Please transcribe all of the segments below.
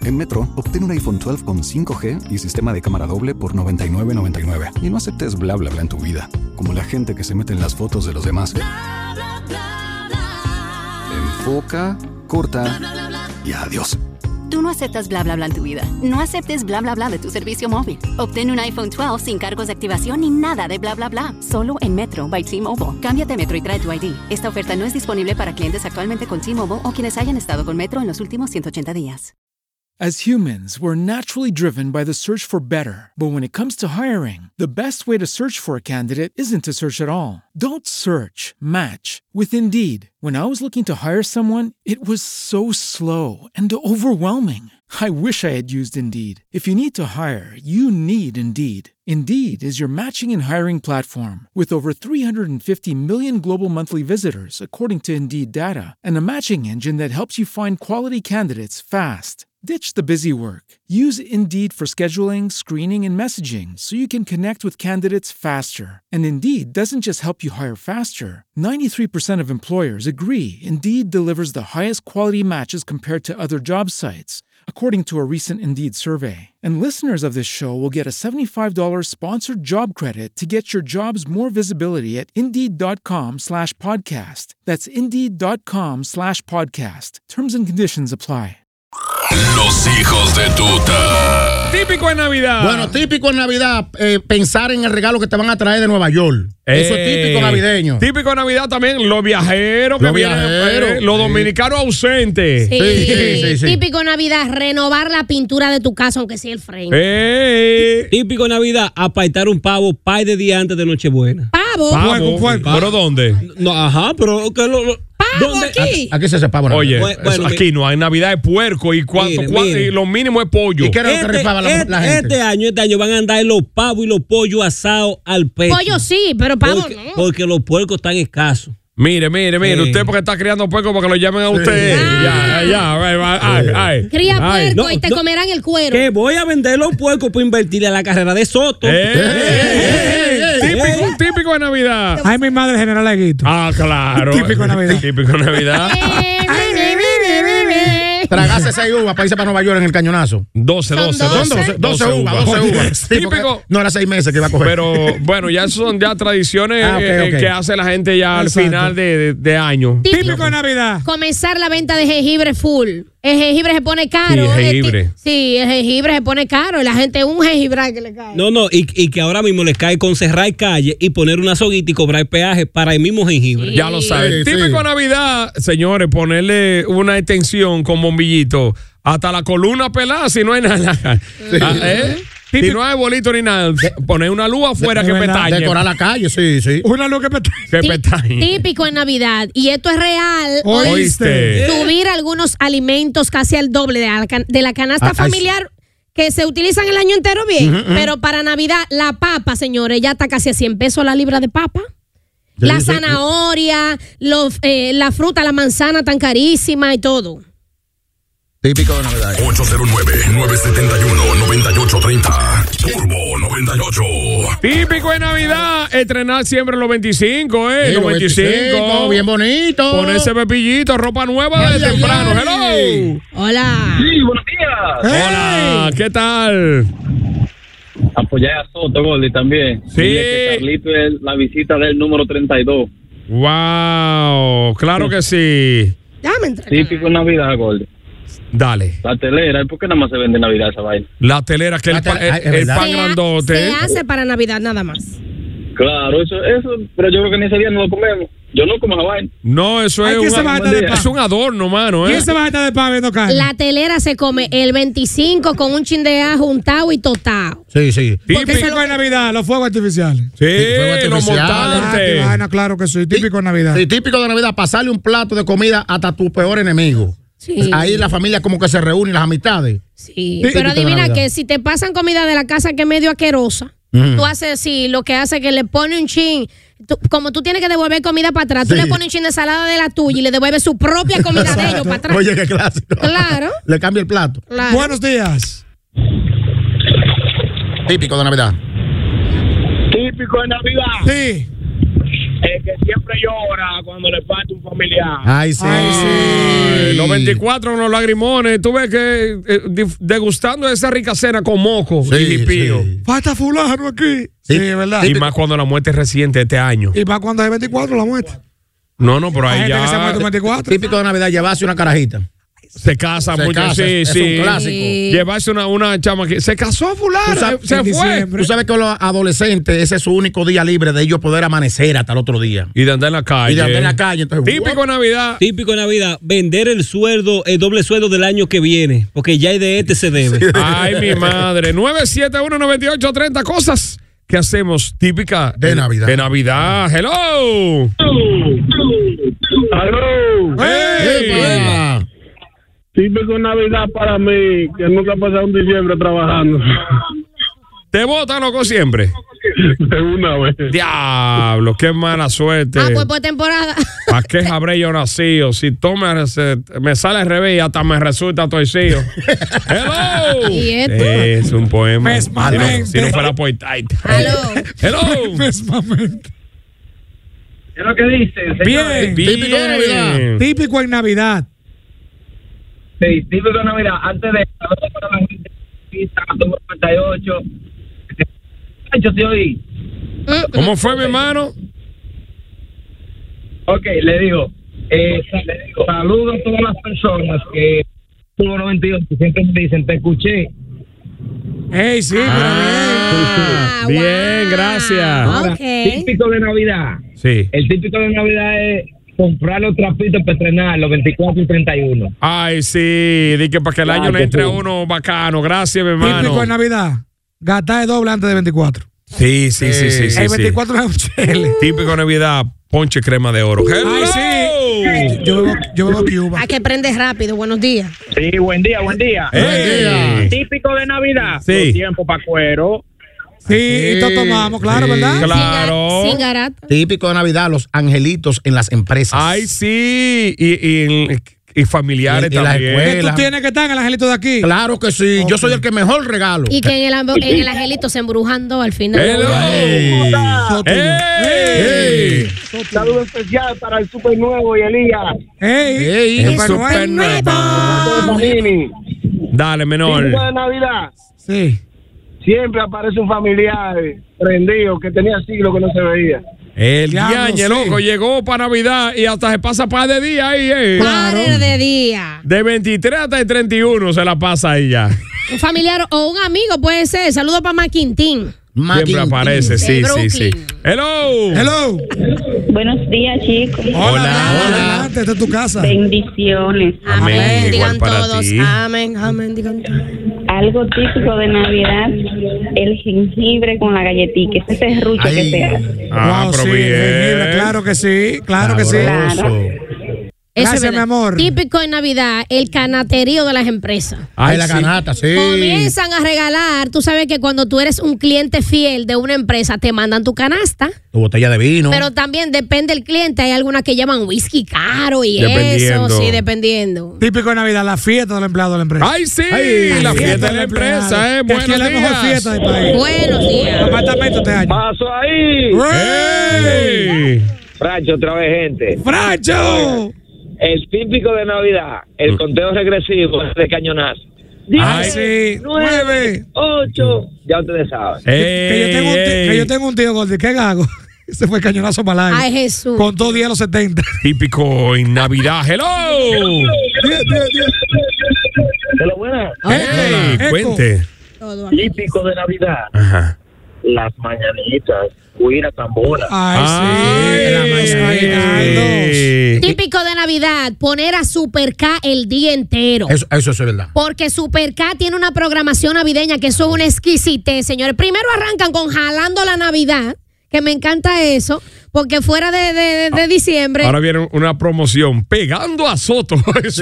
En Metro, obtén un iPhone 12 con 5G y sistema de cámara doble por $99.99. Y no aceptes bla bla bla en tu vida, como la gente que se mete en las fotos de los demás. Bla, bla, bla, bla. Enfoca, corta y adiós. Tú no aceptas bla bla bla en tu vida. No aceptes bla bla bla de tu servicio móvil. Obtén un iPhone 12 sin cargos de activación ni nada de bla bla bla. Solo en Metro by T-Mobile. Cámbiate a Metro y trae tu ID. Esta oferta no es disponible para clientes actualmente con T-Mobile o quienes hayan estado con Metro en los últimos 180 días. As humans, we're naturally driven by the search for better. But when it comes to hiring, the best way to search for a candidate isn't to search at all. Don't search, match with Indeed. When I was looking to hire someone, it was so slow and overwhelming. I wish I had used Indeed. If you need to hire, you need Indeed. Indeed is your matching and hiring platform with over 350 million global monthly visitors, according to Indeed data, and a matching engine that helps you find quality candidates fast. Ditch the busy work. Use Indeed for scheduling, screening, and messaging so you can connect with candidates faster. And Indeed doesn't just help you hire faster. 93% of employers agree Indeed delivers the highest quality matches compared to other job sites, according to a recent Indeed survey. And listeners of this show will get a $75 sponsored job credit to get your jobs more visibility at Indeed.com/podcast. That's Indeed.com/podcast. Terms and conditions apply. Los hijos de tuta. Típico en Navidad. Bueno, típico en Navidad, pensar en el regalo que te van a traer de Nueva York. Eso es típico navideño. Típico en Navidad también, los viajeros que vienen, los dominicanos ausentes. Sí. Típico en Navidad, renovar la pintura de tu casa, aunque sea el frame. Típico en Navidad, apartar un pavo par de días antes de Nochebuena. ¿Pavo? ¿Pero dónde? No, ajá, pero que ¿Pavo aquí? Aquí se hace pavo. Oye, bueno, aquí no, en Navidad es puerco y y lo mínimo es pollo. ¿Y qué era lo que rifaba la gente? Este año van a andar los pavos y los pollos asados al pecho. Pollo sí, pero pavo no. Porque los puercos están escasos. Mire, usted porque está criando puerco porque lo llamen a usted. Ay. Cría puerco y te comerán el cuero. Que voy a vender los puercos para invertirle a la carrera de Soto. Típico de Navidad. Ay, mi madre General Aguito. Ah, claro. Típico de Navidad. Típico de Navidad. Tragase 6 uvas para irse para Nueva York en el cañonazo. 12 uvas. Típico. No era 6 meses que iba a coger. Pero bueno, ya son tradiciones que hace la gente ya al final de año. Típico de Navidad. Comenzar la venta de jengibre full. El jengibre se pone caro. Sí, el jengibre se pone caro y la gente un jengibre que le cae. No, y que ahora mismo les cae con cerrar calle y poner una soguita y cobrar peaje para el mismo jengibre. Sí. Ya lo saben. Típico de Navidad, señores, ponerle una extensión con bombillito hasta la columna pelada si no hay nada. Si no hay bolito ni nada, poner una luz afuera que pestañe. Decorar la calle, sí. Una luz que pestañe. Típico en Navidad. Y esto es real. ¿Oíste? Subir algunos alimentos casi al doble de la canasta familiar que se utilizan el año entero bien. Pero para Navidad, la papa, señores, ya está casi a 100 pesos la libra de papa. La zanahoria, la fruta, la manzana tan carísima y todo. Típico de Navidad. 809-971-9830. Turbo 98. Típico de Navidad. Estrenar siempre los 25, Los 25. Bien bonito. Ponerse pepillito, ropa nueva desde temprano. Hello. Hola. Sí, buenos días. Hola, ¿qué tal? Apoyar a Soto, Gordy, también. Sí. Que Carlito es la visita del número 32. Wow, claro que sí. Típico en Navidad, Gordy. Dale. La telera, ¿por qué nada más se vende en Navidad esa vaina? La telera, que el pan grandote. Se hace para Navidad nada más. Claro, eso, pero yo creo que en ese día no lo comemos. Yo no como esa vaina. No, eso es un adorno, mano. ¿Quién se va a estar de pan viendo carne? La telera se come el 25 con un chin de ajo untado y tostado. Sí. Típico de Navidad, los fuegos artificiales. Sí, los montantes. Claro que sí, típico de Navidad. Sí, típico de Navidad, pasarle un plato de comida hasta tu peor enemigo. Sí. Ahí la familia como que se reúne, las amistades. Sí, pero adivina que si te pasan comida de la casa que es medio asquerosa, tú haces así, lo que hace es que le pone un chin, como tú tienes que devolver comida para atrás, tú le pones un chin de ensalada de la tuya y le devuelves su propia comida de ellos para atrás. Oye, qué clásico. Claro. Le cambia el plato. Claro. Buenos días. Típico de Navidad. Típico de Navidad. Sí. El que siempre llora cuando le falta un familiar. Ay, sí. Ay, los 24 los lagrimones. Tú ves que degustando esa rica cena con moco y pío. Sí. Falta fulano aquí. Sí, es verdad. Y más cuando la muerte es reciente este año. Y más cuando hay 24 la muerte. No, pero Hay ahí gente que se muere ya 24. Típico de Navidad, llevarse una carajita. se casa Se mucho. casa, Sí, es sí. un clásico. Llevarse una chama que se casó fulano, se fue. Tú sabes que los adolescentes, ese es su único día libre de ellos poder amanecer hasta el otro día. Y de andar en la calle. Y de andar en la calle. Entonces, Típico de Navidad. Típico de Navidad, vender el sueldo, el doble sueldo del año que viene, porque ya de este se debe. Ay, mi madre. 971-9830, cosas que hacemos típica de Navidad. De Navidad. Hello. ¡Aló! ¡Hey! Típico Navidad para mí, que nunca he pasado un diciembre trabajando. ¿Te botan, loco, siempre? De una vez. Diablo, qué mala suerte. Ah, pues por temporada. ¿A qué habré yo nacido? Si tú me sale al revés y hasta me resulta torcido. ¡Hello! ¿Y esto? Es un poema. Mesmamente. Si no fuera poetaita. Hello. Mesmamente. ¿Qué es lo que dice? Bien. Típico de Navidad. Típico en Navidad. Sí, típico de Navidad. Antes de para la gente, número 98. Yo te oí. ¿Cómo fue, mi hermano? Ok, le digo, saludo a todas las personas que número 98 siempre me dicen, te escuché. Hey, sí, Bien, gracias. Ahora, típico de Navidad. Sí. El típico de Navidad es comprar los trapitos para estrenar los 24 y 31. Ay, sí. Di que para que el año le entre a uno bacano. Gracias, mi hermano. Típico en Navidad. Gastar el doble antes de 24. Sí. El 24 es un chele. Típico de Navidad, ponche crema de oro. Hello. Ay, sí. Yo bebo Cuba. Hay que prender rápido. Buenos días. Sí, buen día. Hey. Típico de Navidad. Sí. Los tiempos para cuero. Sí, y todos tomamos, claro, Sí, ¿verdad? claro. Sin garata. Típico de Navidad, los angelitos en las empresas. Ay, sí. Y familiares Y en las también. escuelas. Tú tienes que estar en el angelito de aquí. Claro que sí. Ok. Yo soy el que mejor regalo. Y que en el angelito se embrujando al final. Hello. Hey. Saludo especial para el Super Nuevo y Elías. Hey, El Papá Super Noel. Nuevo. Dale, menor. Típico de Navidad. Sí. Siempre aparece un familiar prendido que tenía siglos que no se veía. El Diablo, diañe, sí. loco, llegó para Navidad y hasta se pasa par de días ahí, Padre de día. De 23 hasta el 31 se la pasa ahí ya. Un familiar o un amigo puede ser. Saludos para Maquintín. Siempre aparece, sí. Brooklyn. Hello. Buenos días, chicos. Hola. Esta es tu casa. Bendiciones. Amén. Digan Igual para todos. ti. Amén. Digan todos. Algo típico de Navidad, el jengibre con la galletita, ese serrucho que se hace. Wow, pero sí, bien. jengibre, claro que sí, claro que sí. Eso Gracias, es verdad. mi amor. Típico de Navidad, el canaterío de las empresas. Ay, la canasta, sí. Comienzan a regalar. Tú sabes que cuando tú eres un cliente fiel de una empresa, te mandan tu canasta. Tu botella de vino. Pero también depende del cliente. Hay algunas que llaman whisky caro y Dependiendo. eso. Sí, dependiendo. Típico de Navidad, la fiesta del empleado de la empresa. Ay, sí, la fiesta de la empresa, Que Buenos aquí es la mejor días. fiesta del país. Buenos días. Apartamento este año. Paso ahí. ¡Ey! Fracho, otra vez, gente. ¡Fracho! El típico de Navidad, el conteo regresivo de cañonazo. Ay, sí. 9. 8. Ya ustedes saben. Que yo tengo un tío Gordy. ¿Qué hago? Se fue cañonazo para el aire. Ay, Jesús. Con todo 10 a los 70. Típico en Navidad. Hello. 10. ¿De lo buena? Hey, Eco. cuente. Típico de Navidad, Ajá. las mañanitas, cuira tambora. Ay, sí. Ay, Típico de Navidad, poner a Super K el día entero. Eso es verdad. Porque Super K tiene una programación navideña que eso es una exquisitez, señores. Primero arrancan con Jalando la Navidad, que me encanta eso, porque fuera de diciembre. Ahora viene una promoción pegando a Soto.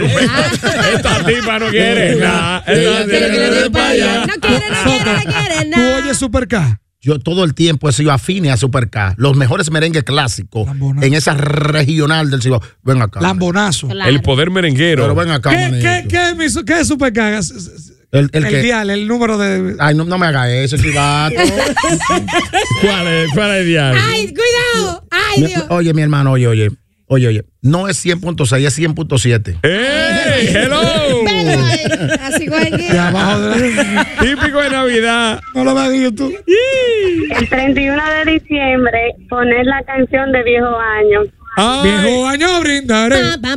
Esta tipa no quiere nada. Esta tiene que para allá. No quiere ¿Tú nada. oyes Super K? Yo todo el tiempo he sido afine a Super K. Los mejores merengues clásicos Lambonazo. en esa regional del Cibao. Ven acá. Lambonazo. Claro. El poder merenguero. Pero ven acá, manito. ¿Qué es Super K? El dial, el número de. Ay, no me haga eso, chivato. ¿Cuál es el dial? Ay, cuidado. Ay, Dios. Oye, mi hermano, oye. No es 100.6, es 100.7. ¡Ey! ¡Hello! Así cualquiera. De abajo Típico de Navidad. No lo veas en YouTube. El 31 de diciembre, poner la canción de Viejo Año. Viejo año brindaré.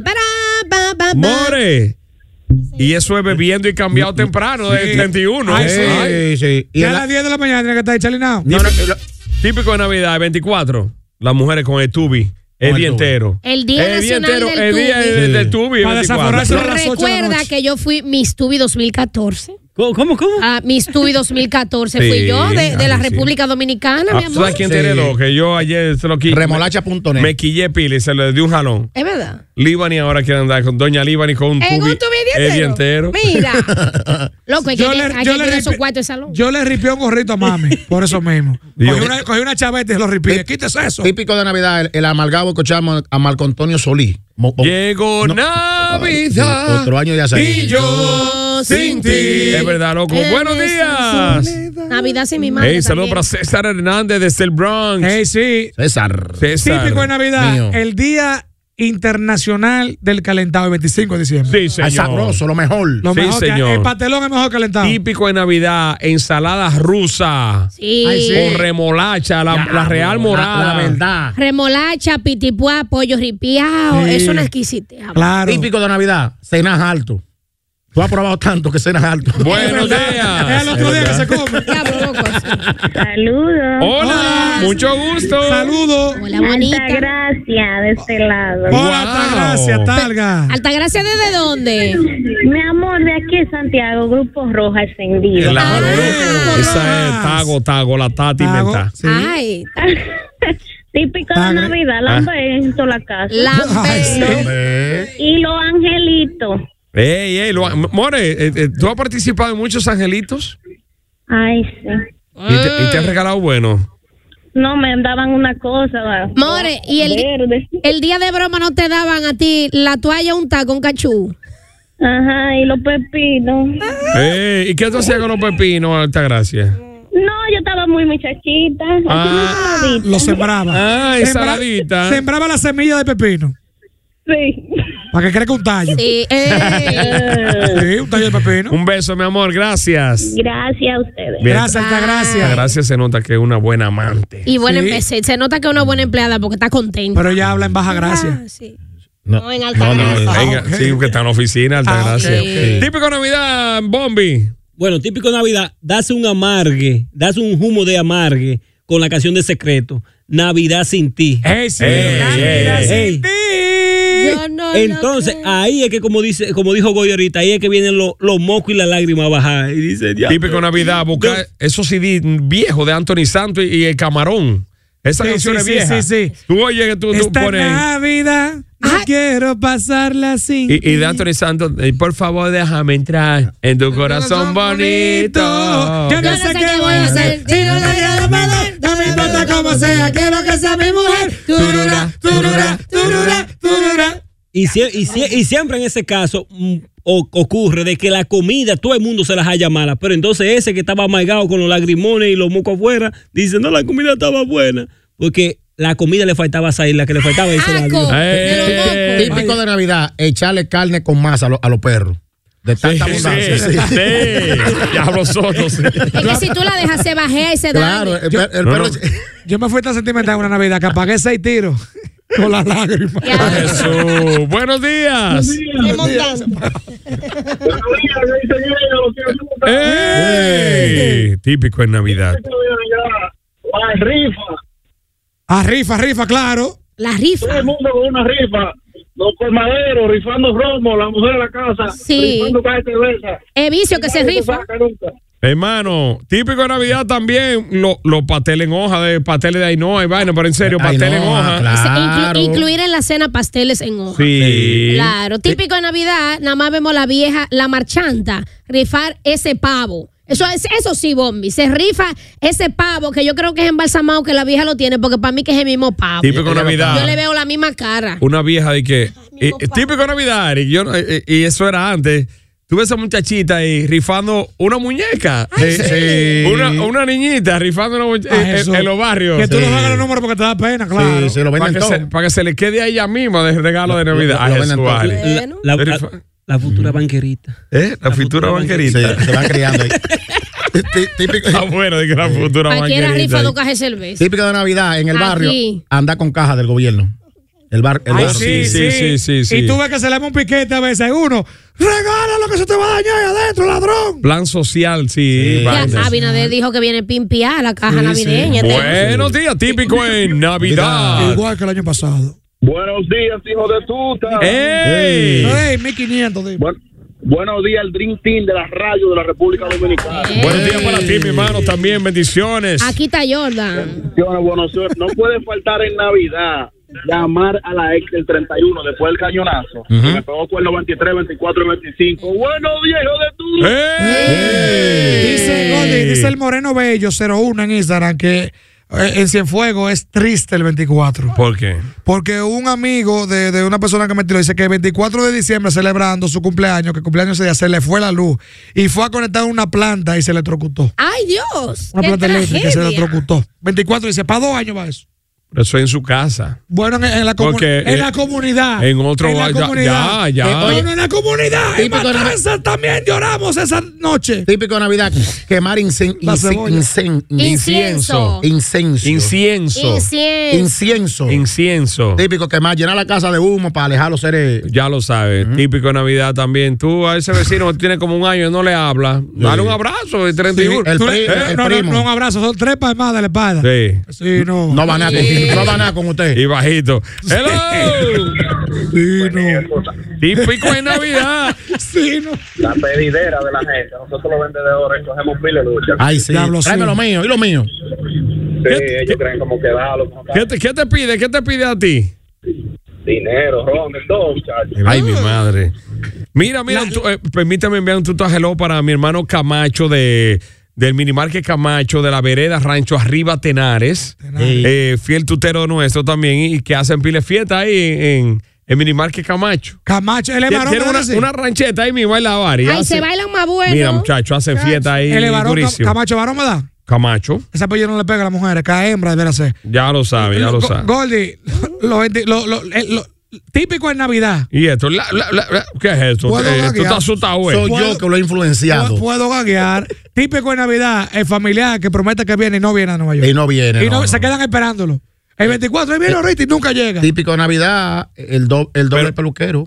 More. Y eso es bebiendo y cambiado temprano del 31. Ay, sí. Y a las 10 de la mañana tiene que estar chalinado. Típico de Navidad, el 24. Las mujeres con el tubi. El día entero. El día nacional del el día del tubi. Para desaforrarse a las 8 de la Recuerda noche. que yo fui Miss Tubi 2014. ¿Cómo? Miss Tubi 2014 fui yo de la República Dominicana, mi amor. ¿Sabes quién te heredó? Que yo ayer se lo quité. Remolacha.net. Me quillé pila y se le dio un jalón. Es verdad. Libani ahora quiere andar con doña Libani con un tubi el día entero. Mira. Loco, hay que tirar esos cuartos de salón. Yo le ripié un gorrito a mami, por eso mismo. Cogí una chaveta y lo ripié. Quítese eso. Típico de Navidad, el amargado escuchamos a Marco Antonio Solí. Llegó Navidad. Otro año ya se y yo sin ti. Es verdad, loco. Buenos días. Navidad sin mi madre. Hey, saludos para César Hernández desde el Bronx. Hey, sí. César. Típico de Navidad. Mío. El Día Internacional del Calentado, el 25 de diciembre. Sí, señor. Es sabroso, lo mejor. Lo mejor señor. El pastelón es mejor calentado. Típico de Navidad, ensalada rusa. Sí. Ay, sí. Con remolacha, la real morada. La verdad. Remolacha, pitipuá, pollo ripiado. Sí. Es una exquisitez. Claro. Típico de Navidad, cenas alto. Tú has probado tanto que cenas alto. Buenos días. Es el otro día que se come. Saludos. Hola, mucho gusto. Saludos. Hola, bonita. Altagracia, de este lado. Hola, Altagracia, Talga. Altagracia, ¿desde dónde? Mi amor, de aquí de Santiago, Grupo Roja Encendido. Claro, esa es Tago, la Tati Menta. Sí. Ay. Típico de Navidad, lambe en toda la casa. Y los angelitos. More, ¿tú has participado en muchos angelitos? Ay, sí. ¿Y te has regalado bueno? No, me daban una cosa. More, y el día de broma no te daban a ti la toalla untada con cachú. Ajá, y los pepinos. ¿Y qué tú hacías con los pepinos, Altagracia? No, yo estaba muy muchachita. Lo sembraba. Ensaladita. Sembraba la semilla de pepino. Sí. Para que crezca un tallo. Sí, sí, un tallo de pepino. Un beso, mi amor, gracias. Gracias a ustedes. Bien. Gracias, Altagracia. Altagracia se nota que es una buena amante. Y buena se nota que es una buena empleada porque está contenta. Pero ella habla en baja gracia. Sí. No, en Altagracia. Sí, que está en la oficina, Altagracia. Okay. Típico Navidad, Bombi. Bueno, típico de Navidad, dase un amargue, dase un humo de amargue con la canción de Secreto, Navidad sin ti. Sí. Navidad sin ti. Entonces, ahí es que como dijo Goy ahorita, ahí es que vienen los mocos y las lágrimas a bajar. Y dice, típico Navidad, buscar esos CD viejos de Anthony Santos y el Camarón. Esa canción es vieja. Sí. Tú oye que tú pones Navidad, no quiero pasarla sin y de Anthony Santos, por favor déjame entrar en tu corazón bonito. Yo no sé qué voy a hacer si no la quiero perder. No me importa cómo sea, quiero que sea mi mujer. Turura, turura, turura, turura. Y siempre en ese caso ocurre de que la comida todo el mundo se las haya mala, pero entonces ese que estaba amargado con los lagrimones y los mocos afuera dice, no, la comida estaba buena, porque la comida le faltaba salir, la que le faltaba ese Típico de Navidad, echarle carne con masa a los perros. De tanta abundancia. Sí. Ya los otros. Es que si tú la dejas se bajea y se da. Claro, el perro. Yo me fui tan sentimental una Navidad que apagué 6 tiros con las lágrimas. Jesús. Buenos días. ¡Ey! Típico en Navidad. Rifa, claro. La rifa. Todo el mundo con una rifa. Los colmaderos rifando romo, la mujer en la casa. Sí. Rifando caja de cerveza. Es vicio que se rifa. Hermano, típico de Navidad también, los pasteles en hoja, de pasteles de Ainhoa y vaina, pero en serio, pasteles en hoja. Claro. Incluir en la cena pasteles en hoja. Sí. Claro. Típico de Navidad, nada más vemos la vieja, la marchanta, rifar ese pavo. Eso sí, Bombi. Se rifa ese pavo que yo creo que es embalsamado que la vieja lo tiene, porque para mí que es el mismo pavo. Típico de Navidad. Yo le veo la misma cara. Una vieja de que. Típico de Navidad, Eric. Y eso era antes. tú ves a esa muchachita ahí rifando una muñeca. Sí. Una niñita rifando una muñeca en los barrios. Que tú no hagas los números porque te da pena, claro. Sí, se lo venden todo. Para que se le quede a ella misma de regalo de Navidad. Lo venden todo. La futura banquerita. La futura banquerita. Sí, se van criando ahí. Típico. Bueno, de que la futura banquerita. Cualquiera rifa 2 cajas de cerveza. Típico de Navidad en el barrio, anda con caja del gobierno. El barrio. Sí. Y tú ves que se le da un piquete a veces. Uno, regala lo que se te va a dañar ahí adentro, ladrón. Plan social, sí. Ya Abinader dijo que viene pimpiar la caja navideña. Buenos días, típico en Navidad. Igual que el año pasado. Buenos días, hijo de tuta. ¡Ey! 1500. Buenos días, el Dream Team de la radio de la República Dominicana. Buenos días para ti, mi hermano, también. Bendiciones. Aquí está Jordan. Bendiciones, no puede faltar en Navidad llamar a la ex del 31 después del cañonazo. Me pegó con los 23, 24 y 25. Buenos días, hijo de tuta. Dice el Moreno Bello 01 en Instagram que en Cienfuegos es triste el 24. ¿Por qué? Porque un amigo de una persona que me tiró dice que el 24 de diciembre, celebrando su cumpleaños, que el cumpleaños ese día se le fue la luz y fue a conectar una planta y se electrocutó. ¡Ay, Dios! Una planta eléctrica que se electrocutó. 24 dice, ¿para 2 años va eso? Eso en su casa. Bueno, en la comunidad. En otro en la comunidad. Ya. En la comunidad. En Matanzas también lloramos esa noche. Típico de Navidad, quemar incienso. Típico quemar, llenar la casa de humo para alejar los seres. Ya lo sabes. Típico de Navidad también. Tú a ese vecino que tiene como un año y no le habla. Dale un abrazo de 31. El primo. No, un abrazo, son 3 palmadas de la espada. Sí. No van a no va nada con usted. Y bajito. ¡Hello! Típico en Navidad. La pedidera de la gente. Nosotros los vendedores cogemos pila de lucha. Ay, sí. Tráeme lo mío. ¿Y lo mío? Sí, ellos creen como que ¿Qué te pide? ¿Qué te pide a ti? Dinero, ron, todo, muchachos. Ay, mi madre. Mira, permítame enviar un tuto hello para mi hermano Camacho del Minimarket Camacho, de la vereda Rancho Arriba Tenares, fiel tutero nuestro también, y que hacen pile fiesta ahí en Minimarket Camacho. Él es varón. Tiene una rancheta ahí mismo en la varia. Ay, se bailan más bueno. Mira, muchachos, hacen fiesta ahí. Él es varón, durísimo. Camacho, varón, ¿verdad? Camacho. Esa apellido no le pega a las mujeres, cada hembra debe ser. Ya lo sabe. Goldie, típico en Navidad. ¿Y esto? ¿Qué es esto? ¿Tú estás asustado, güey? Soy yo que lo he influenciado. Puedo gaguear. Típico en Navidad, el familiar que promete que viene y no viene a Nueva York. Y no viene. Se quedan esperándolo. El 24 viene ahorita y nunca llega. Típico de Navidad, el doble peluquero.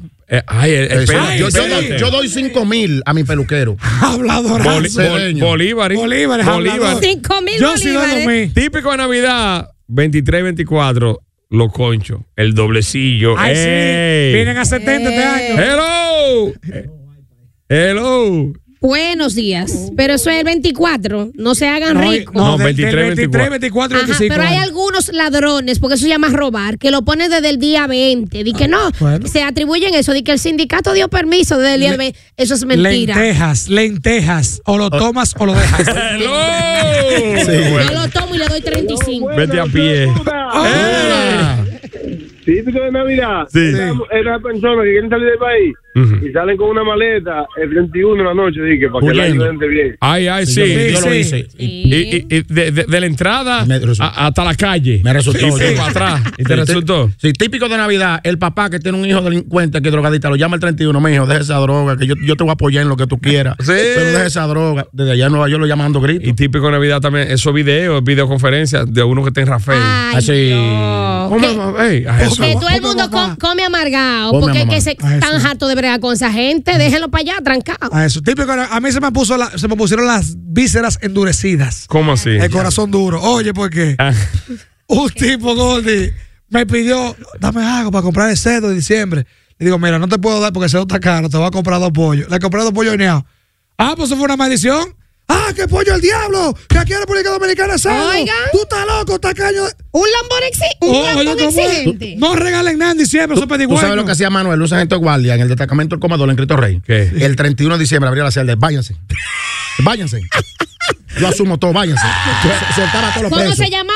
Yo doy 5,000 a mi peluquero. Hablador. Bolívares. 5,000 bolívares. Típico de Navidad, 23 y 24. Los conchos, el doblecillo. Ay, sí. Vienen a 70 este año. Hello. Buenos días. Pero eso es el 24. No se hagan ricos. No, 23, 24, 25. Pero hay algunos ladrones, porque eso se llama robar, que lo ponen desde el día 20. Di que no, se atribuyen eso. Di que el sindicato dio permiso desde el día 20. Eso es mentira. Lentejas. O lo tomas o lo dejas. Yo lo tomo y le doy 35. Vete a pie. Típico de Navidad. Sí. Esas personas que quieren salir del país y salen con una maleta el 31 de la noche, dije, para que el año entre bien. Ay, sí. Yo lo hice. Y de la entrada hasta la calle. Me resultó. Para atrás. ¿Y te resultó? Sí, típico de Navidad, el papá que tiene un hijo delincuente que es drogadita, lo llama el 31, mi hijo, deja esa droga, que yo te voy a apoyar en lo que tú quieras. Sí. Pero deja esa droga. Desde allá en Nueva York lo llaman dando gritos. Y típico de Navidad también, esos videoconferencias de uno que está en Rafael. Así. Porque todo el mundo come amargado. Porque es que están hartos de bregar con esa gente. Déjenlo para allá, trancado. A eso. Típico, a mí se me pusieron las vísceras endurecidas. ¿Cómo así? El corazón duro. Oye, ¿por qué? Un tipo, Goldie, me pidió, dame algo para comprar el cerdo de diciembre. Le digo, mira, no te puedo dar porque el cerdo está caro, te voy a comprar 2 pollos. Le compré 2 pollos horneados. Pues eso fue una maldición. ¡qué pollo el diablo! Que aquí en la República Dominicana es cerdo. Oigan. Tú estás loco, tacaño. Un lambón exigente. No regalen nada en diciembre, eso pedigüeño. ¿Tú sabes lo que hacía Manuel, un sargento de guardia en el destacamento del Comedor en Cristo Rey? ¿Qué? El 31 de diciembre abría la celda. Váyanse. Yo asumo todo, váyanse. Soltaba todos los presos. ¿Cómo se llamaba?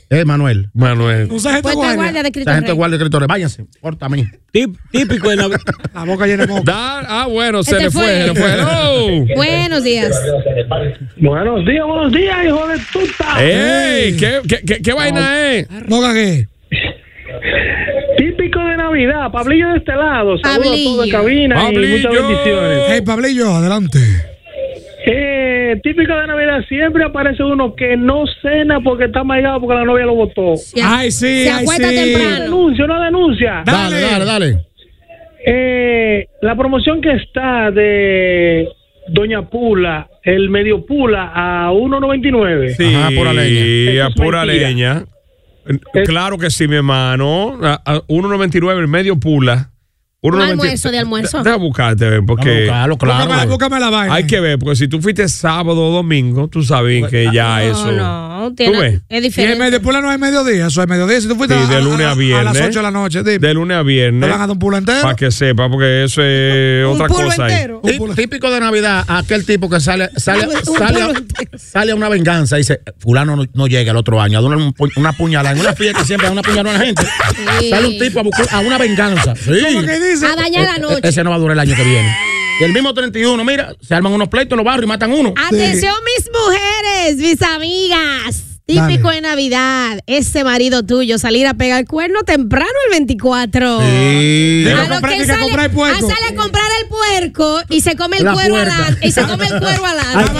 Manuel. Un sargento guardia de Cristo Rey. Guardia de Cristo Rey. Váyanse, porta a mí. Típico de Navidad. La boca llena de moco. Bueno, se le fue. Hello. Buenos días. Buenos días, hijo de tuta. ¡Ey! ¿Qué vaina es? No cagué. Típico de Navidad, Pablillo de este lado. Saludos a todos en cabina Pablillo. y muchas bendiciones. Hey, Pablillo, adelante. Típico de Navidad, siempre aparece uno que no cena porque está amargado porque la novia lo botó. Ay, sí, se acuesta temprano. Una denuncia. Dale. La promoción que está de Doña Pula, el medio Pula a 1.99. Sí, a pura leña. A pura leña. Claro que sí, mi hermano. A 1.99 el medio Pula. Un almuerzo de almuerzo. Deja buscarte, porque. Claro. Búscame la vaina. Hay que ver, porque si tú fuiste sábado o domingo, tú sabes que ya eso. No, ¿Tú ves? es Y diferente. en medio Pula no hay mediodía, eso es mediodía. Si tú fuiste de lunes a viernes. a las 8 de la noche, dime. De lunes a viernes. ¿Te van a dar un pulo entero? Para que sepa, porque eso es otra cosa ahí. Típico de Navidad, aquel tipo que sale a una venganza y dice, fulano no llega el otro año, a dar una puñalada. En una fiesta siempre da una puñalada a la gente. Sí. Sale un tipo a una venganza. Sí. ¿Cómo que dice? A dañar la noche. Ese no va a durar el año que viene. Y el mismo 31, mira, se arman unos pleitos en los barrios y matan uno. Atención, mis mujeres, mis amigas. Típico de Navidad, ese marido tuyo salir a pegar el cuerno temprano el 24. Sí. A lo que sale a comprar el puerco y se come el cuero alante.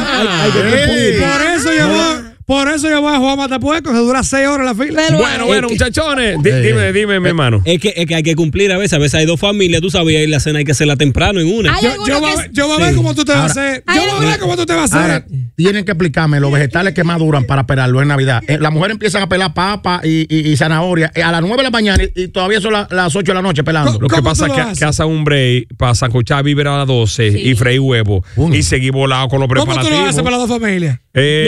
Por eso yo voy a jugar Matapuerco, que dura 6 horas la fila. Bueno, muchachones, dime, mi hermano. Es que hay que cumplir a veces hay dos familias, tú sabes, y la cena hay que hacerla temprano en una. Yo voy a ver cómo tú te vas a hacer. Ahora, tienen que explicarme los vegetales que maduran para pelarlo en Navidad. Las mujeres empiezan a pelar papa y zanahoria a las 9 de la mañana y todavía son las 8 de la noche pelando. Lo que pasa es que hacen un break para sancochar víveres a las 12 y freír huevo y seguir volado con los preparativos. ¿Cómo tú lo haces para las dos familias?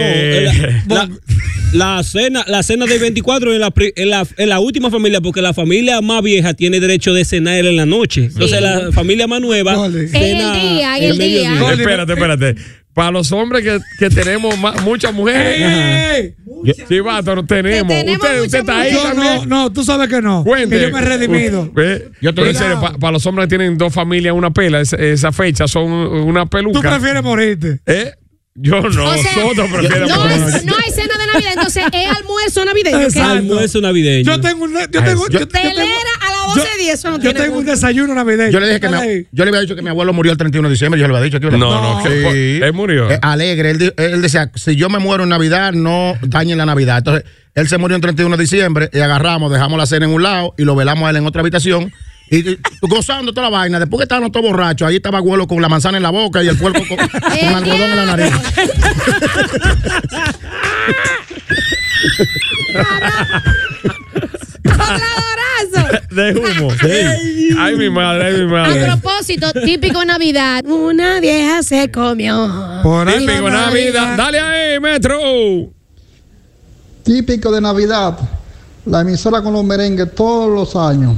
La cena del 24 es la última familia, porque la familia más vieja tiene derecho de cenar en la noche. Entonces la familia más nueva cena en el día. Espérate. Para los hombres que tenemos muchas mujeres. Sí, vato, no tenemos. Usted está ahí también. No, tú sabes que no. Cuente. Que yo me he redimido. Pero en serio, para los hombres que tienen dos familias, una pela, esa fecha son una peluca. ¿Tú prefieres morirte? Yo no, nosotros prefieren morirte. No hay cena de Navidad, entonces es almuerzo navideño. Almuerzo navideño. Yo tengo telera a las 12:10, eso no tiene. Yo tengo un desayuno navideño. Yo le dije yo le había dicho que mi abuelo murió el 31 de diciembre. Yo le había dicho que no, él murió. Alegre. Él decía, si yo me muero en Navidad, no dañen la Navidad. Entonces, él se murió el 31 de diciembre y agarramos, dejamos la cena en un lado y lo velamos a él en otra habitación. Y gozando toda la vaina. Después que estábamos todos borrachos, ahí estaba abuelo con la manzana en la boca y el cuerpo con algodón en la nariz. De humo. Sí. Ay, mi madre. A propósito, típico Navidad. Una vieja se comió. Típico Navidad. Dale ahí, Metro. Típico de Navidad. La emisora con los merengues todos los años.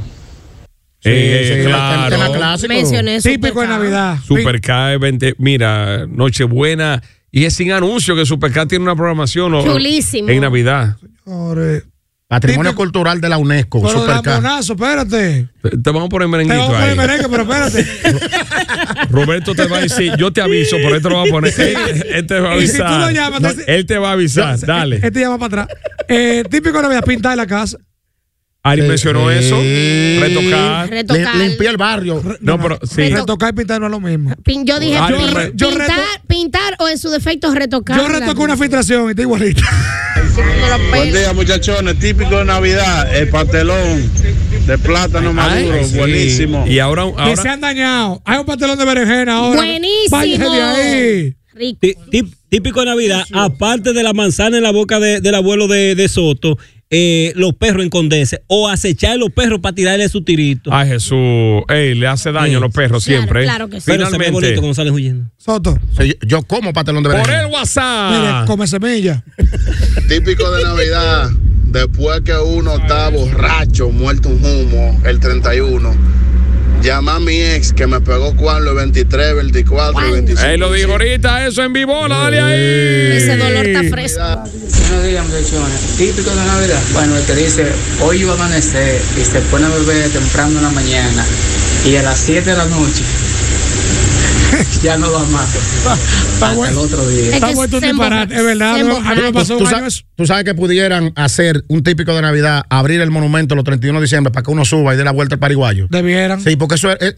Claro. Mencioné típico de Navidad. Supercar 20. Mira, Nochebuena. Y es sin anuncio que Supercar tiene una programación chulísimo en Navidad. Señores. Patrimonio cultural de la UNESCO. Pero Ramonazo, espérate. Te vamos a poner merenguito ahí. Te vamos a poner merengue, pero espérate. Roberto te va a decir, yo te aviso, pero él te lo va a poner. Él te va a avisar. Si tú lo llamas, él te va a avisar, dale. Él te llama para atrás. Típico de Navidad, pintar la casa. Ari mencionó eso. Retocar. Limpiar el barrio. No, pero sí. Retocar y pintar no es lo mismo. Yo dije pintar o en su defecto retocar. Yo retoqué una filtración y está igualita. Buen día, muchachones. Típico de Navidad, el pastelón de plátano maduro, buenísimo. Y ahora que se han dañado. Hay un pastelón de berenjena ahora. Buenísimo. Váyase de ahí. Típico de Navidad, aparte de la manzana en la boca del abuelo de Soto, los perros en Condese, o acechar a los perros para tirarle su tirito. Ay, Jesús. Le hace daño a los perros siempre. Claro que sí. Pero se ve bonito cuando salen huyendo. Soto. Yo como pastelón de berenjena. Por el WhatsApp. Mire, come semilla. Típico de Navidad, después que uno está borracho, muerto un humo, el 31. Llama a mi ex que me pegó cuando el 23, 24 y 25. Lo digo ahorita, eso en vivo, dale ahí. Ese dolor está fresco. Buenos días, muchachones. Típico de Navidad. Bueno, el que dice, hoy iba a amanecer y se pone a beber temprano en la mañana y a las 7 de la noche ya no va más. Hasta el otro día. Está bueno tu disparate, es verdad. A mí me pasó un año eso. Tú sabes que pudieran hacer un típico de Navidad, abrir el monumento los 31 de diciembre para que uno suba y dé la vuelta al Paraguayo. Debieran. Sí, porque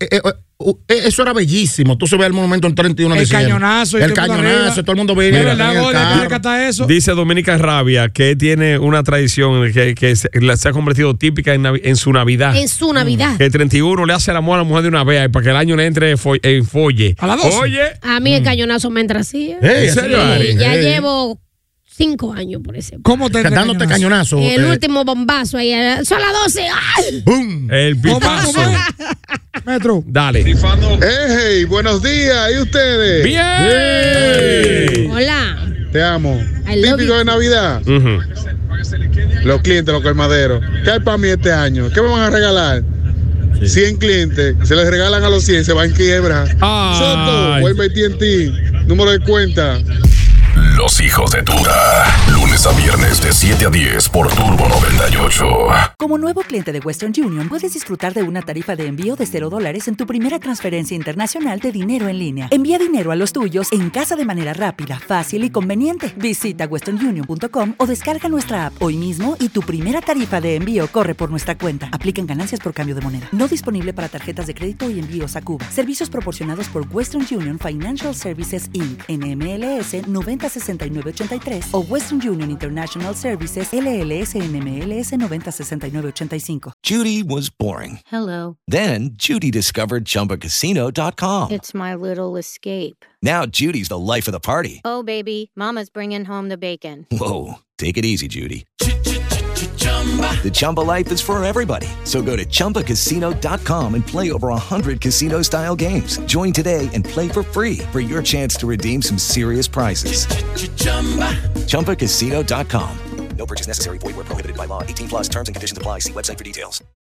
eso era bellísimo. Tú subías el monumento el 31 de diciembre. El cañonazo, todo el mundo veía. Es verdad, eso. Dice Dominica Rabia que tiene una tradición que se ha convertido típica en su Navidad. En su Navidad. Que el 31 le hace el amor a la mujer de una vez para que el año le entre en folle. A la 12. Oye. A mí el cañonazo me entra así. ¿En serio, Ari? Ya llevo 5 años por ese. ¿Cómo te dándote cañonazo? El último bombazo ahí. Son las 12. ¡Ay! ¡Bum! El pipazo. Metro. Dale. Hey, buenos días. ¿Y ustedes? Bien. Hola. Te amo. Típico de Navidad. Los clientes, los colmaderos. ¿Qué hay para mí este año? ¿Qué me van a regalar? 100 clientes, se les regalan a los 100, se van en quiebra. Soto, voy a meter en ti. Número de cuenta. Los hijos de Tuta. Lunes a viernes de 7 a 10 por Turbo 98. Como nuevo cliente de Western Union, puedes disfrutar de una tarifa de envío de $0 en tu primera transferencia internacional de dinero en línea. Envía dinero a los tuyos en casa de manera rápida, fácil y conveniente. Visita westernunion.com o descarga nuestra app hoy mismo y tu primera tarifa de envío corre por nuestra cuenta. Aplican ganancias por cambio de moneda. No disponible para tarjetas de crédito y envíos a Cuba. Servicios proporcionados por Western Union Financial Services Inc. NMLS 906983 o Western Union International Services LLS NMLS 906985. Judy was boring. Hello. Then Judy discovered ChumbaCasino.com. It's my little escape. Now Judy's the life of the party. Oh, baby, mama's bringing home the bacon. Whoa, take it easy, Judy. The Chumba life is for everybody. So go to ChumbaCasino.com and play over 100 casino-style games. Join today and play for free for your chance to redeem some serious prizes. ChumbaCasino.com. No purchase necessary. Void where prohibited by law. 18 plus terms and conditions apply. See website for details.